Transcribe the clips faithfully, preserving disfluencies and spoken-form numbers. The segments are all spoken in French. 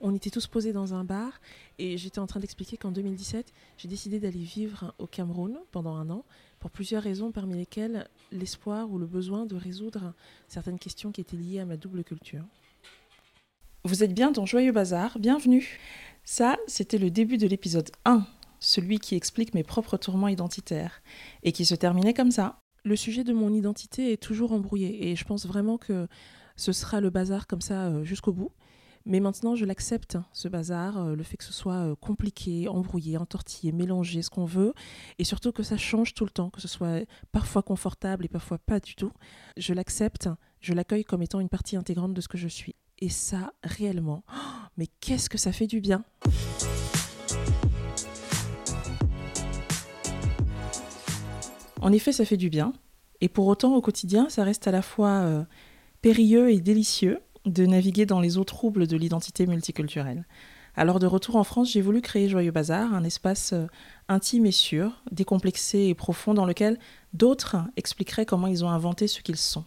On était tous posés dans un bar et j'étais en train d'expliquer qu'en deux mille dix-sept, j'ai décidé d'aller vivre au Cameroun pendant un an pour plusieurs raisons, parmi lesquelles l'espoir ou le besoin de résoudre certaines questions qui étaient liées à ma double culture. Vous êtes bien dans Joyeux Bazar, bienvenue. Ça, c'était le début de l'épisode un, celui qui explique mes propres tourments identitaires et qui se terminait comme ça. Le sujet de mon identité est toujours embrouillé et je pense vraiment que ce sera le bazar comme ça jusqu'au bout. Mais maintenant, je l'accepte, ce bazar, le fait que ce soit compliqué, embrouillé, entortillé, mélangé, ce qu'on veut, et surtout que ça change tout le temps, que ce soit parfois confortable et parfois pas du tout. Je l'accepte, je l'accueille comme étant une partie intégrante de ce que je suis. Et ça, réellement, oh, mais qu'est-ce que ça fait du bien! En effet, ça fait du bien. Et pour autant, au quotidien, ça reste à la fois euh, périlleux et délicieux de naviguer dans les eaux troubles de l'identité multiculturelle. Alors de retour en France, j'ai voulu créer Joyeux Bazar, un espace euh, intime et sûr, décomplexé et profond dans lequel d'autres expliqueraient comment ils ont inventé ce qu'ils sont.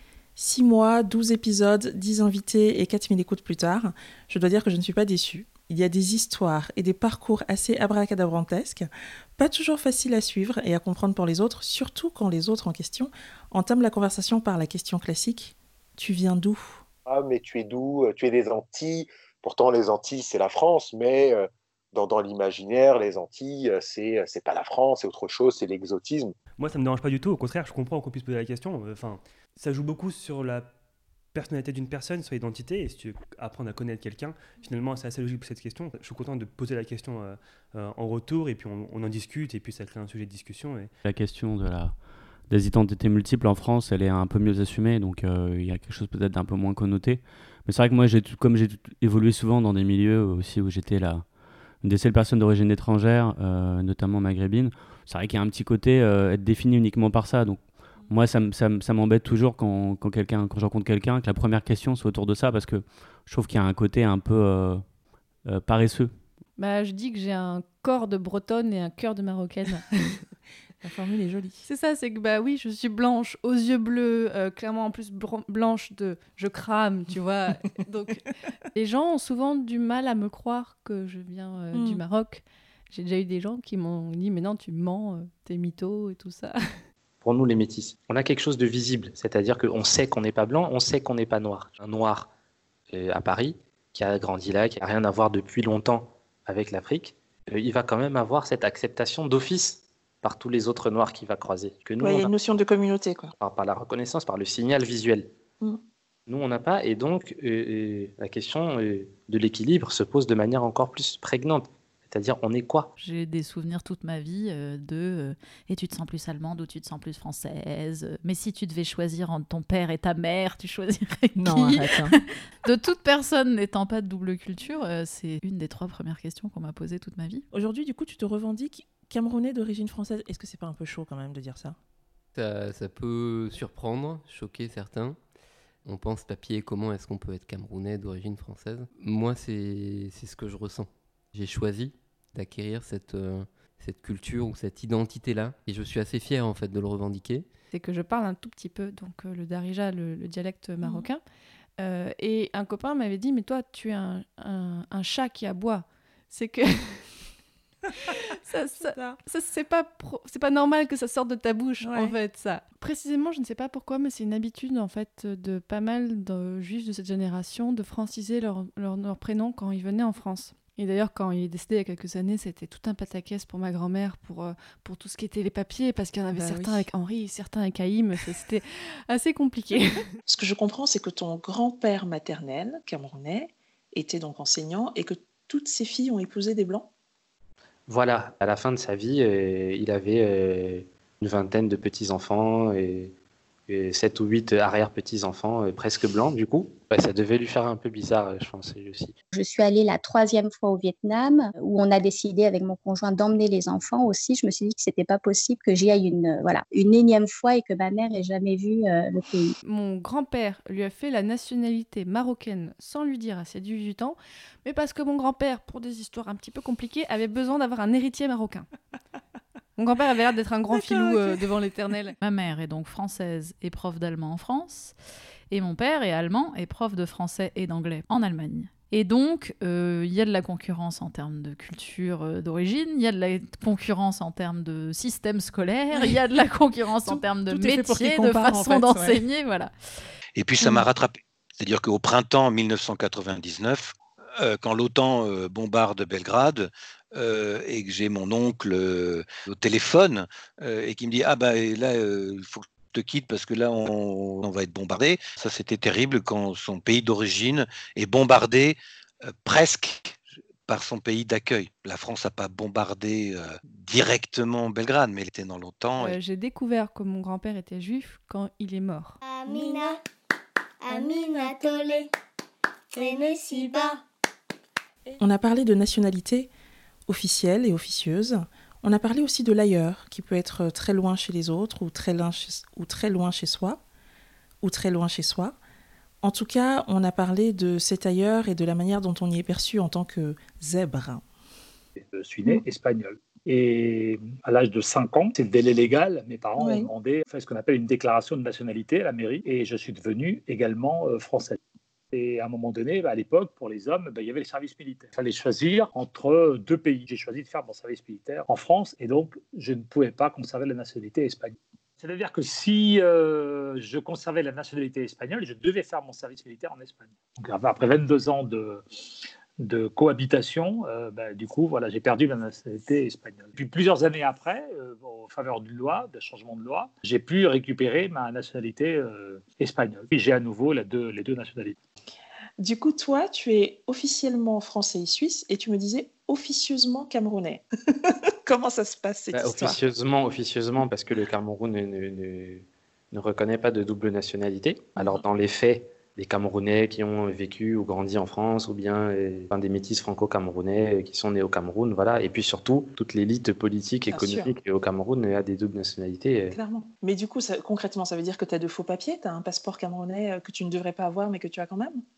Six mois, douze épisodes, dix invités et quatre mille écoutes plus tard, je dois dire que je ne suis pas déçue. Il y a des histoires et des parcours assez abracadabrantesques, pas toujours faciles à suivre et à comprendre pour les autres, surtout quand les autres en question entament la conversation par la question classique « Tu viens d'où ?» Ah, mais tu es d'où? Tu es des Antilles. Pourtant, les Antilles, c'est la France, mais euh, dans, dans l'imaginaire, les Antilles, c'est, c'est pas la France, c'est autre chose, c'est l'exotisme. Moi, ça me dérange pas du tout. Au contraire, je comprends qu'on puisse poser la question. Enfin, ça joue beaucoup sur la personnalité d'une personne, sur l'identité. Et si tu veux apprendre à connaître quelqu'un, finalement, c'est assez logique pour cette question. Je suis content de poser la question euh, euh, en retour, et puis on, on en discute, et puis ça crée un sujet de discussion. Et... La question de la... des identités multiples en France, elle est un peu mieux assumée, donc il euh, y a quelque chose peut-être d'un peu moins connoté. Mais c'est vrai que moi, j'ai, comme j'ai évolué souvent dans des milieux aussi où j'étais là, une des seules personnes d'origine étrangère, euh, notamment maghrébine, c'est vrai qu'il y a un petit côté euh, être défini uniquement par ça. Donc moi, ça, ça, ça m'embête toujours quand, quand, quelqu'un, quand je rencontre quelqu'un, que la première question soit autour de ça, parce que je trouve qu'il y a un côté un peu euh, euh, paresseux. Bah, je dis que j'ai un corps de bretonne et un cœur de marocaine. La formule est jolie. C'est ça, c'est que bah oui, je suis blanche, aux yeux bleus, euh, clairement en plus br- blanche de je crame, tu vois. Donc les gens ont souvent du mal à me croire que je viens euh, mm. du Maroc. J'ai déjà eu des gens qui m'ont dit mais non, tu mens, euh, t'es mytho et tout ça. Pour nous les métis, on a quelque chose de visible, c'est-à-dire qu'on sait qu'on n'est pas blanc, on sait qu'on n'est pas noir. Un noir euh, à Paris qui a grandi là, qui n'a rien à voir depuis longtemps avec l'Afrique, euh, il va quand même avoir cette acceptation d'office par tous les autres noirs qu'il va croiser. Que nous, ouais, il y a a... une notion de communauté, quoi. Par, par la reconnaissance, par le signal visuel. Mm. Nous, on n'a pas, et donc euh, euh, la question euh, de l'équilibre se pose de manière encore plus prégnante. C'est-à-dire, on est quoi? J'ai des souvenirs toute ma vie euh, de euh, « et tu te sens plus allemande ou tu te sens plus française? Mais si tu devais choisir entre ton père et ta mère, tu choisirais qui ?» Non, arrête. Hein. De toute personne n'étant pas de double culture, euh, c'est une des trois premières questions qu'on m'a posées toute ma vie. Aujourd'hui, du coup, tu te revendiques Camerounais d'origine française. Est-ce que c'est pas un peu chaud quand même de dire ça? Ça, ça peut surprendre, choquer certains. On pense papier, comment est-ce qu'on peut être Camerounais d'origine française? Moi, c'est, c'est ce que je ressens. J'ai choisi d'acquérir cette, euh, cette culture ou cette identité-là. Et je suis assez fier en fait de le revendiquer. C'est que je parle un tout petit peu, donc euh, le darija, le, le dialecte marocain. Mmh. Euh, et un copain m'avait dit, mais toi, tu es un, un, un chat qui aboie. C'est que... ça, ça, ça, c'est, pas pro... c'est pas normal que ça sorte de ta bouche, ouais. En fait, ça. Précisément, je ne sais pas pourquoi, mais c'est une habitude, en fait, de pas mal de juifs de cette génération de franciser leur, leur, leur prénom quand ils venaient en France. Et d'ailleurs, quand il est décédé il y a quelques années, c'était tout un pataquès pour ma grand-mère, pour, euh, pour tout ce qui était les papiers, parce qu'il y en avait bah certains oui. avec Henri, certains avec Haïm, c'était assez compliqué. Ce que je comprends, c'est que ton grand-père maternel, camerounais, était donc enseignant et que toutes ses filles ont épousé des Blancs. Voilà, à la fin de sa vie, euh, il avait euh, une vingtaine de petits-enfants et, et sept ou huit arrière-petits-enfants euh, presque blancs, du coup. Ouais, ça devait lui faire un peu bizarre, je pense, lui aussi. Je suis allée la troisième fois au Vietnam, où on a décidé avec mon conjoint d'emmener les enfants aussi. Je me suis dit que c'était pas possible que j'y aille une, euh, voilà, une énième fois et que ma mère ait jamais vu euh, le pays. Mon grand-père lui a fait la nationalité marocaine sans lui dire à ses dix-huit ans, mais parce que mon grand-père, pour des histoires un petit peu compliquées, avait besoin d'avoir un héritier marocain. Mon grand-père avait l'air d'être un grand filou euh, okay. devant l'éternel. Ma mère est donc française et prof d'allemand en France. Et mon père est allemand et prof de français et d'anglais en Allemagne. Et donc, euh, il y a de la concurrence en termes de culture euh, d'origine, il y a de la concurrence en termes de système scolaire, il y a de la concurrence en Tout- termes de tout est fait pour métier, qu'ils de comparent, en façon fait, ouais. d'enseigner, voilà. Et puis ça m'a Mm. rattrapé. C'est-à-dire qu'au printemps mille neuf cent quatre-vingt-dix-neuf, euh, quand l'OTAN euh, bombarde Belgrade euh, et que j'ai mon oncle euh, au téléphone euh, et qui me dit ah bah et là euh, il faut que je te quitte parce que là on, on va être bombardé. Ça c'était terrible quand son pays d'origine est bombardé euh, presque par son pays d'accueil. La France n'a pas bombardé euh, directement Belgrade, mais elle était dans l'OTAN. Euh, et- J'ai découvert que mon grand-père était juif quand il est mort. Amina, Amina Tolé, Ténésiba. On a parlé de nationalité officielle et officieuse. On a parlé aussi de l'ailleurs, qui peut être très loin chez les autres, ou très loin chez, ou très loin chez soi, ou très loin chez soi. En tout cas, on a parlé de cet ailleurs et de la manière dont on y est perçu en tant que zèbre. Je suis né espagnol. Et à l'âge de cinq ans, c'est le délai légal, mes parents Oui. ont demandé enfin, ce qu'on appelle une déclaration de nationalité à la mairie. Et je suis devenu également euh, français. Et à un moment donné, bah, à l'époque, pour les hommes, bah, il y avait le service militaire. Il fallait choisir entre deux pays. J'ai choisi de faire mon service militaire en France et donc je ne pouvais pas conserver la nationalité espagnole. C'est-à-dire que si euh, je conservais la nationalité espagnole, je devais faire mon service militaire en Espagne. Donc après vingt-deux ans de, de cohabitation, euh, bah, du coup, voilà, j'ai perdu la nationalité espagnole. Puis plusieurs années après, euh, au faveur d'une loi, d'un changement de loi, j'ai pu récupérer ma nationalité euh, espagnole. Puis j'ai à nouveau les deux, les deux nationalités. Du coup, toi, tu es officiellement français et suisse, et tu me disais officieusement camerounais. Comment ça se passe, cette Bah, histoire? officieusement, officieusement, parce que le Cameroun ne, ne- ne- ne reconnaît pas de double nationalité. Alors, dans les faits, les Camerounais qui ont vécu ou grandi en France, ou bien euh, enfin, des métis franco-camerounais euh, qui sont nés au Cameroun, voilà. Et puis surtout, toute l'élite politique, Bien sûr. économique au Cameroun a des doubles nationalités. euh. Clairement. Mais du coup, ça- concrètement, ça veut dire que tu as de faux papiers, tu as un passeport camerounais euh, que tu ne devrais pas avoir, mais que tu as quand même.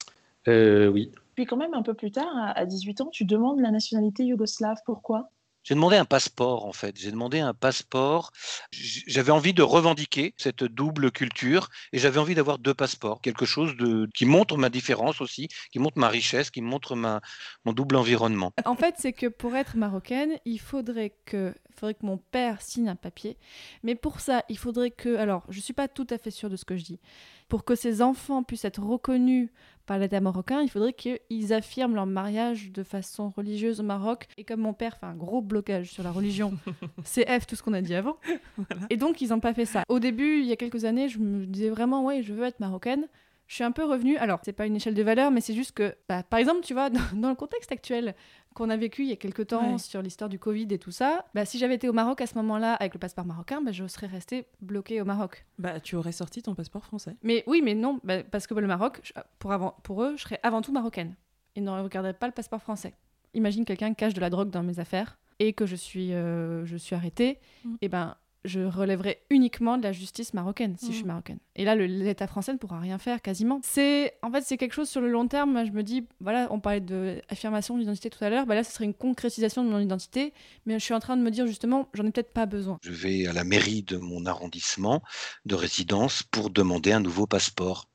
Euh, oui. Puis quand même, un peu plus tard, à à dix-huit ans, tu demandes la nationalité yougoslave. Pourquoi? J'ai demandé un passeport, en fait. J'ai demandé un passeport. J- J'avais envie de revendiquer cette double culture et j'avais envie d'avoir deux passeports. Quelque chose de, qui montre ma différence aussi, qui montre ma richesse, qui montre ma, mon double environnement. En fait, c'est que pour être marocaine, il faudrait que, il faudrait que mon père signe un papier. Mais pour ça, il faudrait que... Alors, je ne suis pas tout à fait sûre de ce que je dis. Pour que ces enfants puissent être reconnus par l'État marocain, il faudrait qu'ils affirment leur mariage de façon religieuse au Maroc. Et comme mon père fait un gros blocage sur la religion, C F, tout ce qu'on a dit avant. Voilà. Et donc, ils n'ont pas fait ça. Au début, il y a quelques années, je me disais vraiment, ouais, je veux être marocaine. Je suis un peu revenue. Alors, c'est pas une échelle de valeur, mais c'est juste que, bah, par exemple, tu vois, dans, dans le contexte actuel qu'on a vécu il y a quelques temps Ouais. sur l'histoire du Covid et tout ça, bah, si j'avais été au Maroc à ce moment-là avec le passeport marocain, bah, je serais restée bloquée au Maroc. Bah, tu aurais sorti ton passeport français. Mais oui, mais non, bah, parce que le Maroc, je- pour, avant, pour eux, je serais avant tout marocaine. Ils ne regarderaient pas le passeport français. Imagine quelqu'un cache de la drogue dans mes affaires et que je suis, euh, je suis arrêtée, Mm. et ben je relèverai uniquement de la justice marocaine si Mm. je suis marocaine. Et là, le- l'État français ne pourra rien faire quasiment. C'est, en fait, c'est quelque chose sur le long terme. Moi, je me dis, voilà, on parlait d'affirmation d'identité tout à l'heure. Bah là, ce serait une concrétisation de mon identité. Mais je suis en train de me dire justement, j'en ai peut-être pas besoin. Je vais à la mairie de mon arrondissement de résidence pour demander un nouveau passeport.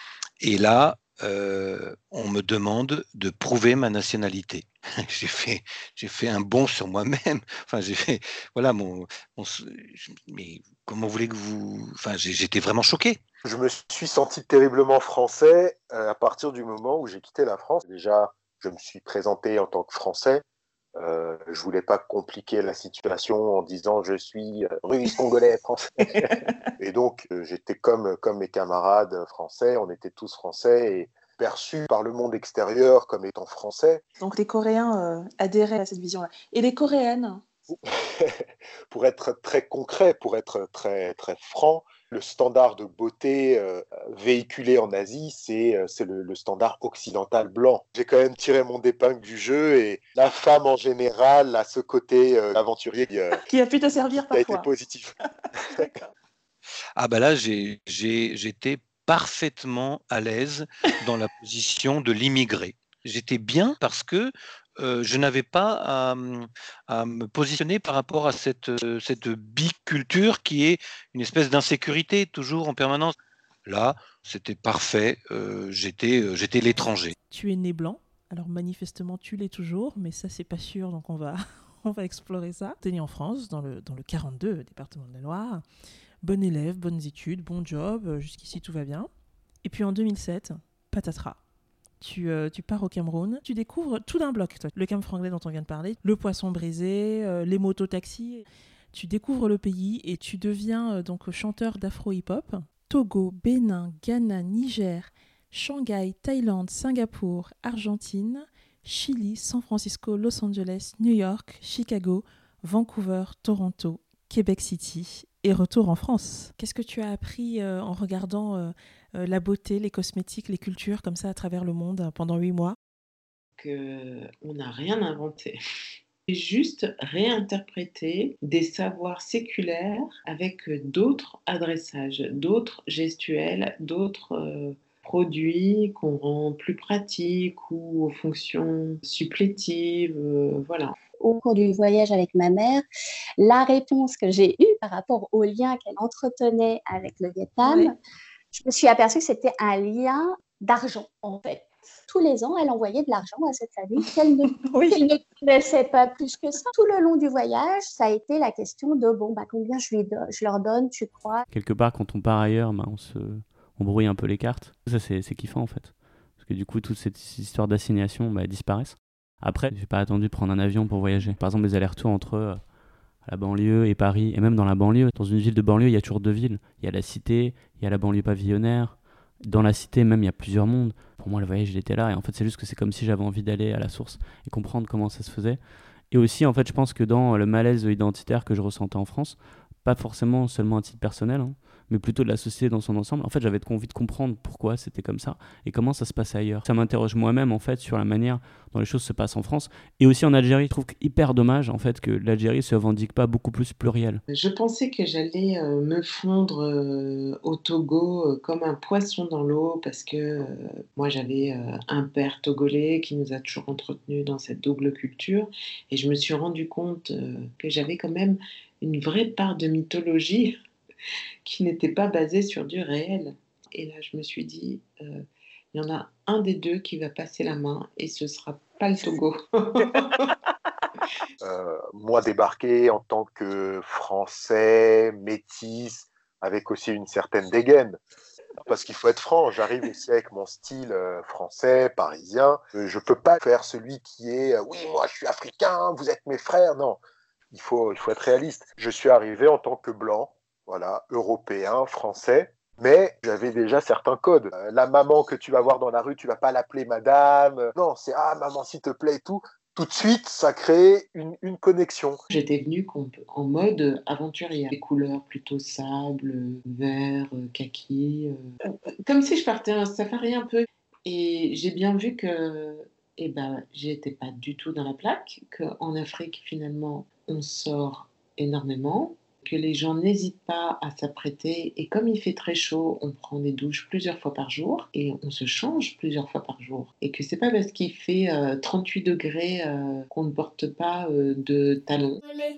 Et là, euh, on me demande de prouver ma nationalité. J'ai fait, j'ai fait un bond sur moi-même. Enfin, j'ai fait, voilà, mon, mon- je- mais comment voulez que vous, enfin, j'ai- j'étais vraiment choqué. Je me suis senti terriblement français euh, à partir du moment où j'ai quitté la France. Déjà, je me suis présenté en tant que Français. Euh, je voulais pas compliquer la situation en disant je suis euh, russe, congolais, français. Et donc, euh, j'étais comme, comme mes camarades français. On était tous français et perçus par le monde extérieur comme étant français. Donc les Coréens euh, adhéraient à cette vision-là. Et les Coréennes? Pour être très concret, pour être très, très franc, le standard de beauté euh, véhiculé en Asie, c'est, euh, c'est le, le standard occidental blanc. J'ai quand même tiré mon épingle du jeu et la femme en général a ce côté euh, aventurier qui, euh, Qui a pu te servir qui a été parfois. positif. Ah bah là, j'ai, j'ai, j'étais parfaitement à l'aise dans la position de l'immigré. J'étais bien parce que euh, je n'avais pas à, à me positionner par rapport à cette, euh, cette biculture qui est une espèce d'insécurité toujours en permanence. Là, c'était parfait. Euh, j'étais, euh, j'étais l'étranger. Tu es né blanc, alors manifestement tu l'es toujours, mais ça c'est pas sûr, donc on va, on va explorer ça. Tu es né en France, dans le, dans le quarante-deux, département de la Loire. Bon élève, bonnes études, bon job, jusqu'ici tout va bien. Et puis en deux mille sept, patatras. Tu, euh, tu pars au Cameroun, tu découvres tout d'un bloc, toi. Le camp franglais dont on vient de parler, le poisson brisé, euh, les mototaxis. Tu découvres le pays et tu deviens euh, donc chanteur d'afro-hip-hop. Togo, Bénin, Ghana, Niger, Shanghai, Thaïlande, Singapour, Argentine, Chili, San Francisco, Los Angeles, New York, Chicago, Vancouver, Toronto, Québec City et retour en France. Qu'est-ce que tu as appris euh, en regardant euh, euh, la beauté, les cosmétiques, les cultures comme ça à travers le monde euh, pendant huit mois? Qu'on n'a rien inventé. C'est juste réinterpréter des savoirs séculaires avec d'autres adressages, d'autres gestuels, d'autres euh, produits qu'on rend plus pratiques ou aux fonctions supplétives, euh, voilà. Au cours du voyage avec ma mère, la réponse que j'ai eue par rapport au lien qu'elle entretenait avec le Vietnam, oui. Je me suis aperçue que c'était un lien d'argent, en fait. Tous les ans, elle envoyait de l'argent à cette famille qu'elle ne, oui. qu'elle ne connaissait pas plus que ça. Tout le long du voyage, ça a été la question de bon, bah, combien je, lui do- je leur donne, tu crois? Quelque part, quand on part ailleurs, bah, on, se... on brouille un peu les cartes. Ça, c'est, c'est kiffant, en fait. Parce que du coup, toute cette histoire d'assignation, bah, disparaissent. Après, j'ai pas attendu de prendre un avion pour voyager. Par exemple, les allers-retours entre euh, la banlieue et Paris, et même dans la banlieue. Dans une ville de banlieue, il y a toujours deux villes. Il y a la cité, il y a la banlieue pavillonnaire. Dans la cité, même, il y a plusieurs mondes. Pour moi, le voyage, il était là. Et en fait, c'est juste que c'est comme si j'avais envie d'aller à la source et comprendre comment ça se faisait. Et aussi, en fait, je pense que dans le malaise identitaire que je ressentais en France, pas forcément seulement à titre personnel, hein, mais plutôt de la société dans son ensemble, en fait, j'avais envie de comprendre pourquoi c'était comme ça et comment ça se passait ailleurs. Ça m'interroge moi-même, en fait, sur la manière dont les choses se passent en France et aussi en Algérie. Je trouve hyper dommage, en fait, que l'Algérie se revendique pas beaucoup plus plurielle. Je pensais que j'allais euh, me fondre euh, au Togo euh, comme un poisson dans l'eau parce que euh, moi, j'avais euh, un père togolais qui nous a toujours entretenus dans cette double culture et je me suis rendu compte euh, que j'avais quand même une vraie part de mythologie qui n'était pas basée sur du réel. Et là, je me suis dit, euh, il y en a un des deux qui va passer la main et ce sera pas le Togo. euh, moi, débarqué en tant que Français, métis, avec aussi une certaine dégaine. Parce qu'il faut être franc, j'arrive aussi avec mon style euh, français, parisien. Euh, je peux pas faire celui qui est euh, « oui, moi, je suis africain, vous êtes mes frères ». Non, il faut, il faut être réaliste. Je suis arrivé en tant que blanc, voilà, européen, français, mais j'avais déjà certains codes. Euh, la maman que tu vas voir dans la rue, tu vas pas l'appeler madame. Non, c'est « ah, maman, s'il te plaît » et tout. Tout de suite, ça crée une, une connexion. J'étais venue en mode aventurière. Les couleurs plutôt sable, vert, kaki. Euh, comme si je partais un safari un peu. Et j'ai bien vu que eh ben, j'étais pas du tout dans la plaque, qu'en Afrique, finalement, on sort énormément, que les gens n'hésitent pas à s'apprêter. Et comme il fait très chaud, on prend des douches plusieurs fois par jour et on se change plusieurs fois par jour. Et que c'est pas parce qu'il fait euh, trente-huit degrés euh, qu'on ne porte pas euh, de talons.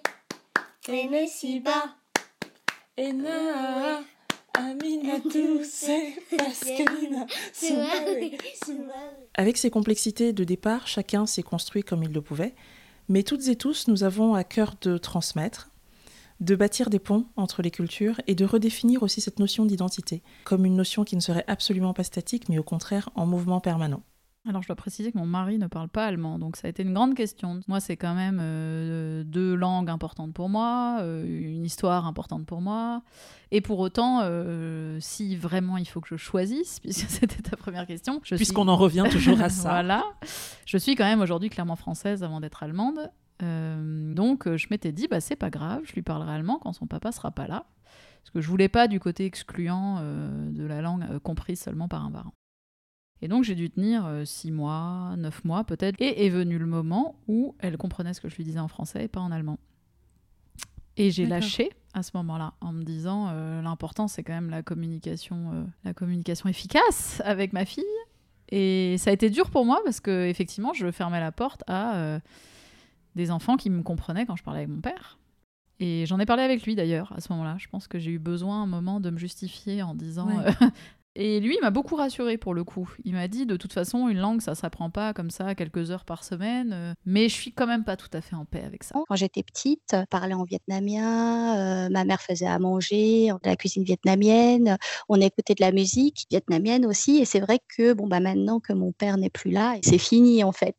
Avec ces complexités de départ, chacun s'est construit comme il le pouvait. Mais toutes et tous, nous avons à cœur de transmettre, de bâtir des ponts entre les cultures et de redéfinir aussi cette notion d'identité, comme une notion qui ne serait absolument pas statique, mais au contraire en mouvement permanent. Alors je dois préciser que mon mari ne parle pas allemand, donc ça a été une grande question. Moi, c'est quand même euh, deux langues importantes pour moi, euh, une histoire importante pour moi, et pour autant, euh, si vraiment il faut que je choisisse, puisque c'était ta première question... Je Puisqu'on suis... en revient toujours à ça. Voilà, je suis quand même aujourd'hui clairement française avant d'être allemande. Euh, donc euh, je m'étais dit bah c'est pas grave, je lui parlerai allemand quand son papa sera pas là, parce que je voulais pas du côté excluant euh, de la langue euh, comprise seulement par un parent. Et donc j'ai dû tenir euh, six mois, neuf mois peut-être, et est venu le moment où elle comprenait ce que je lui disais en français et pas en allemand. Et j'ai D'accord. lâché à ce moment-là en me disant euh, l'important c'est quand même la communication, euh, la communication efficace avec ma fille. Et ça a été dur pour moi parce que effectivement je fermais la porte à euh, des enfants qui me comprenaient quand je parlais avec mon père. Et j'en ai parlé avec lui d'ailleurs à ce moment-là. Je pense que j'ai eu besoin un moment de me justifier en disant ouais. euh, Et lui, il m'a beaucoup rassurée pour le coup. Il m'a dit, de toute façon, une langue, ça s'apprend pas comme ça quelques heures par semaine. euh, Mais je suis quand même pas tout à fait en paix avec ça. Quand j'étais petite, je parlais en vietnamien, euh, ma mère faisait à manger, de la cuisine vietnamienne, on écoutait de la musique vietnamienne aussi. Et c'est vrai que bon, bah, maintenant que mon père n'est plus là, c'est fini en fait.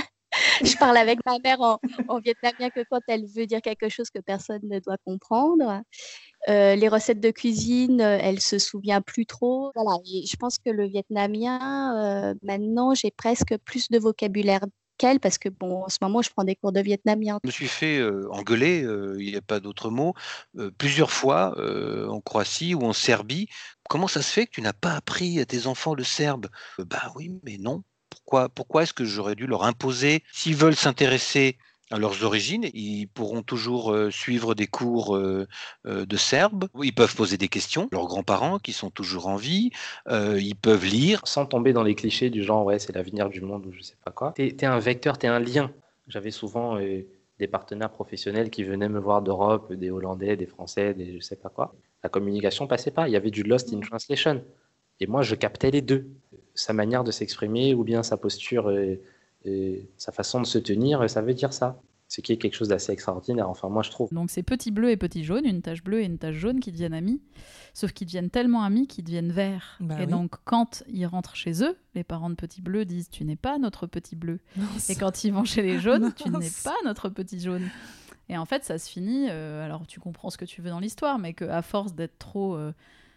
Je parle avec ma mère en, en vietnamien que quand elle veut dire quelque chose que personne ne doit comprendre. Euh, les recettes de cuisine, euh, elle se souvient plus trop. Voilà, et je pense que le vietnamien, euh, maintenant, j'ai presque plus de vocabulaire qu'elle parce que bon, en ce moment, je prends des cours de vietnamien. Je me suis fait euh, engueuler, euh, il n'y a pas d'autre mot, euh, plusieurs fois euh, en Croatie ou en Serbie. Comment ça se fait que tu n'as pas appris à tes enfants le serbe? Euh, Bah oui, mais non. Pourquoi, pourquoi est-ce que j'aurais dû leur imposer? S'ils veulent s'intéresser à leurs origines, ils pourront toujours euh, suivre des cours euh, euh, de serbe. Ils peuvent poser des questions. Leurs grands-parents qui sont toujours en vie, euh, ils peuvent lire. Sans tomber dans les clichés du genre, ouais, c'est l'avenir du monde ou je sais pas quoi. T'es, t'es un vecteur, t'es un lien. J'avais souvent euh, des partenaires professionnels qui venaient me voir d'Europe, des Hollandais, des Français, des je sais pas quoi. La communication passait pas. Il y avait du lost in translation. Et moi, je captais les deux. Sa manière de s'exprimer ou bien sa posture, euh, euh, sa façon de se tenir, ça veut dire ça. Ce qui est quelque chose d'assez extraordinaire, enfin moi je trouve. Donc c'est petit bleu et petit jaune, une tache bleue et une tache jaune qui deviennent amis, sauf qu'ils deviennent tellement amis qu'ils deviennent verts. Bah et oui. donc quand ils rentrent chez eux, les parents de petit bleu disent tu n'es pas notre petit bleu. Mince. Et quand ils vont chez les jaunes, tu n'es Mince. pas notre petit jaune. Et en fait ça se finit, euh, alors tu comprends ce que tu veux dans l'histoire, mais qu'à force d'être trop, euh,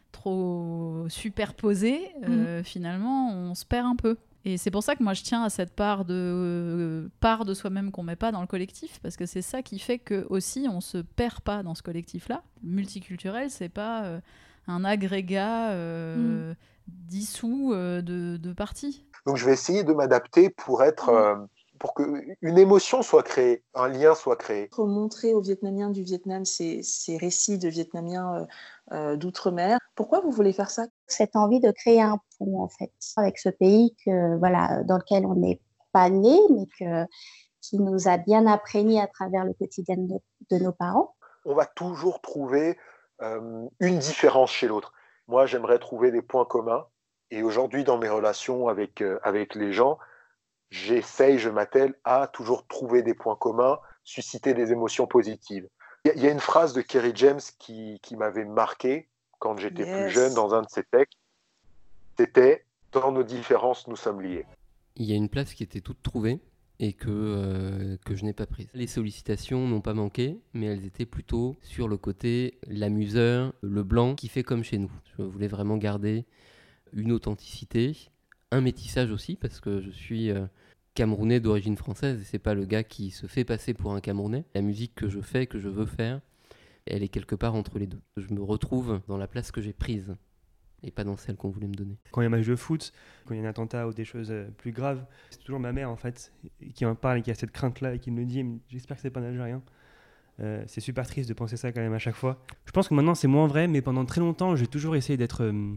trop superposé, euh, finalement on se perd un peu. Et c'est pour ça que moi je tiens à cette part de, euh, part de soi-même qu'on met pas dans le collectif, parce que c'est ça qui fait que aussi on se perd pas dans ce collectif-là. Multiculturel, c'est pas euh, un agrégat euh, dissous euh, de, de parties. Donc je vais essayer de m'adapter pour être, euh, pour que une émotion soit créée, un lien soit créé. Montrer aux Vietnamiens du Vietnam ces, ces récits de Vietnamiens euh, euh, d'outre-mer. Pourquoi vous voulez faire ça? Cette envie de créer un pont en fait avec ce pays que voilà dans lequel on n'est pas né, mais que qui nous a bien imprégné à travers le quotidien de, de nos parents. On va toujours trouver euh, une différence chez l'autre. Moi, j'aimerais trouver des points communs. Et aujourd'hui, dans mes relations avec, euh, avec les gens, j'essaye, je m'attelle à toujours trouver des points communs, susciter des émotions positives. Il y, y a une phrase de Kerry James qui, qui m'avait marqué quand j'étais Yes. plus jeune dans un de ses textes. C'était « Dans nos différences, nous sommes liés ». Il y a une place qui était toute trouvée et que, euh, que je n'ai pas prise. Les sollicitations n'ont pas manqué, mais elles étaient plutôt sur le côté l'amuseur, le blanc qui fait comme chez nous. Je voulais vraiment garder une authenticité, un métissage aussi, parce que je suis euh, camerounais d'origine française et c'est pas le gars qui se fait passer pour un Camerounais. La musique que je fais, que je veux faire, elle est quelque part entre les deux. Je me retrouve dans la place que j'ai prise et pas dans celle qu'on voulait me donner. Quand il y a un match de foot, quand il y a un attentat ou des choses euh, plus graves, c'est toujours ma mère en fait qui en parle et qui a cette crainte-là et qui me le dit. J'espère que c'est pas un Algérien. Euh, c'est super triste de penser ça quand même à chaque fois. Je pense que maintenant c'est moins vrai, mais pendant très longtemps j'ai toujours essayé d'être euh,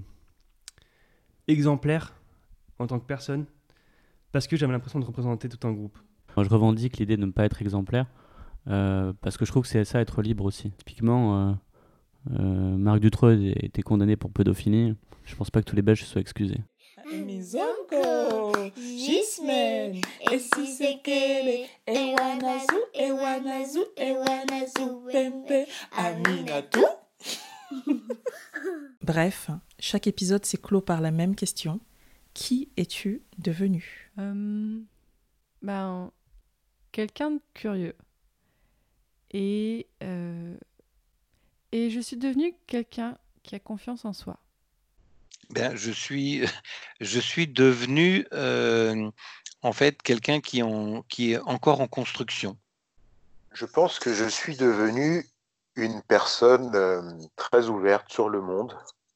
exemplaire en tant que personne parce que j'avais l'impression de représenter tout un groupe. Moi, je revendique l'idée de ne pas être exemplaire euh, parce que je trouve que c'est ça être libre aussi. Typiquement, euh, euh, Marc Dutroux était condamné pour pédophilie. Je pense pas que tous les Belges soient excusés. Mizongo, Gismen, Esisekele, Ewanazu, Ewanazu, Ewanazu, Pempe, Aminatu. Bref, chaque épisode s'est clos par la même question. Qui es-tu devenu? Euh, ben, quelqu'un de curieux. Et, euh, et je suis devenue quelqu'un qui a confiance en soi. Ben, je suis, je suis devenu euh, en fait quelqu'un qui, en, qui est encore en construction. Je pense que je suis devenu une personne euh, très ouverte sur le monde,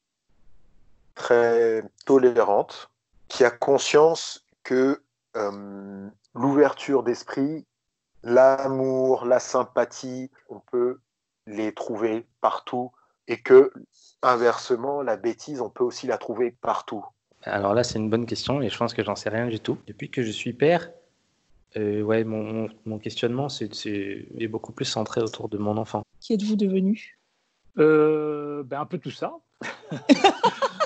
très tolérante, qui a conscience que euh, l'ouverture d'esprit, l'amour, la sympathie, on peut les trouver partout et que, inversement, la bêtise, on peut aussi la trouver partout. Alors là, c'est une bonne question et je pense que j'en sais rien du tout. Depuis que je suis père, euh, ouais, mon, mon, mon questionnement c'est, c'est, est beaucoup plus centré autour de mon enfant. Qui êtes-vous devenu? Euh, ben un peu tout ça.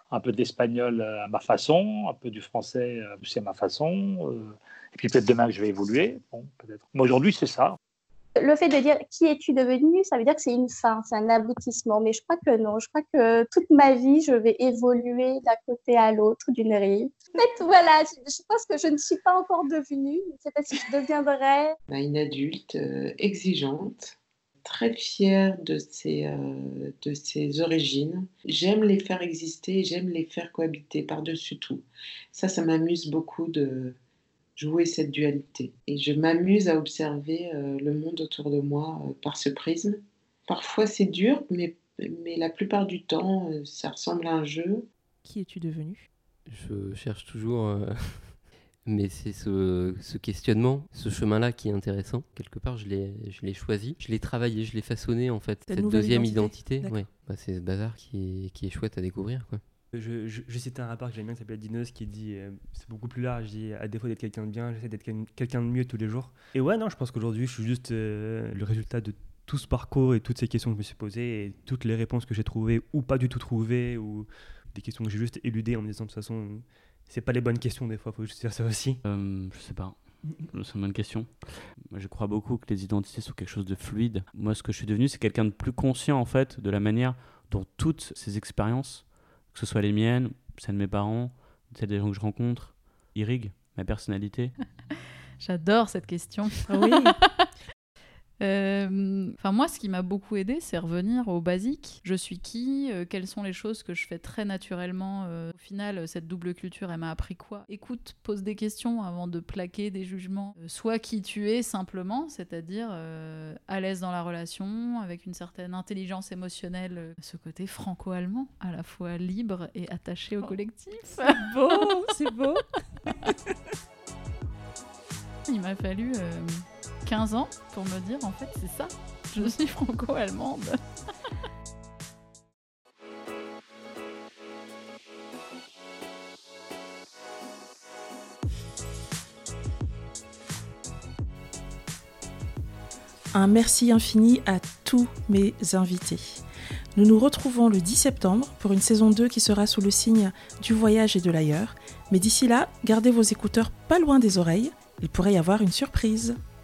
un peu d'espagnol à ma façon, un peu du français aussi à ma façon. Euh, et puis peut-être demain que je vais évoluer. Bon, peut-être. Mais aujourd'hui, c'est ça. Le fait de dire qui es-tu devenu, ça veut dire que c'est une fin, c'est un aboutissement. Mais je crois que non. Je crois que toute ma vie, je vais évoluer d'un côté à l'autre d'une rive. En fait, voilà, je, je pense que je ne suis pas encore devenue. Je ne sais pas si je deviendrai. Une adulte euh, exigeante, très fière de ses, euh, de ses origines. J'aime les faire exister, j'aime les faire cohabiter par-dessus tout. Ça, ça m'amuse beaucoup de jouer cette dualité. Et je m'amuse à observer euh, le monde autour de moi euh, par ce prisme. Parfois, c'est dur, mais, mais la plupart du temps, euh, ça ressemble à un jeu. Qui es-tu devenu ? Je cherche toujours... Euh... Mais c'est ce, ce questionnement, ce chemin-là qui est intéressant. Quelque part, je l'ai, je l'ai choisi, je l'ai travaillé, je l'ai façonné en fait. Ta cette deuxième identité, identité ouais. Bah, c'est ce bazar qui est, qui est chouette à découvrir, quoi. Je, je, je citais un rappeur que j'aime bien qui s'appelle Dinos qui dit euh, c'est beaucoup plus large, il dit à défaut d'être quelqu'un de bien, j'essaie d'être quel- quelqu'un de mieux tous les jours. Et ouais, non, je pense qu'aujourd'hui je suis juste euh, le résultat de tout ce parcours et toutes ces questions que je me suis posées et toutes les réponses que j'ai trouvées ou pas du tout trouvées ou des questions que j'ai juste éludées en me disant de toute façon c'est pas les bonnes questions des fois, faut juste dire ça aussi. Euh, je sais pas. C'est une bonne question. Je crois beaucoup que les identités sont quelque chose de fluide. Moi, ce que je suis devenu, c'est quelqu'un de plus conscient en fait de la manière dont toutes ces expériences, que ce soit les miennes, celles de mes parents, celles des gens que je rencontre, irriguent ma personnalité. J'adore cette question. Ah oui. Euh, Enfin, moi, ce qui m'a beaucoup aidé, c'est revenir au basique. Je suis qui euh, Quelles sont les choses que je fais très naturellement euh, Au final, cette double culture, elle m'a appris quoi Écoute, pose des questions avant de plaquer des jugements. Euh, sois qui tu es simplement, c'est-à-dire euh, à l'aise dans la relation, avec une certaine intelligence émotionnelle, euh, ce côté franco-allemand, à la fois libre et attaché au collectif. C'est beau, c'est beau. Il m'a fallu euh, quinze ans pour me dire, en fait, c'est ça. Je suis franco-allemande. Un merci infini à tous mes invités. Nous nous retrouvons le dix septembre pour une saison deux qui sera sous le signe du voyage et de l'ailleurs. Mais d'ici là, gardez vos écouteurs pas loin des oreilles. Il pourrait y avoir une surprise.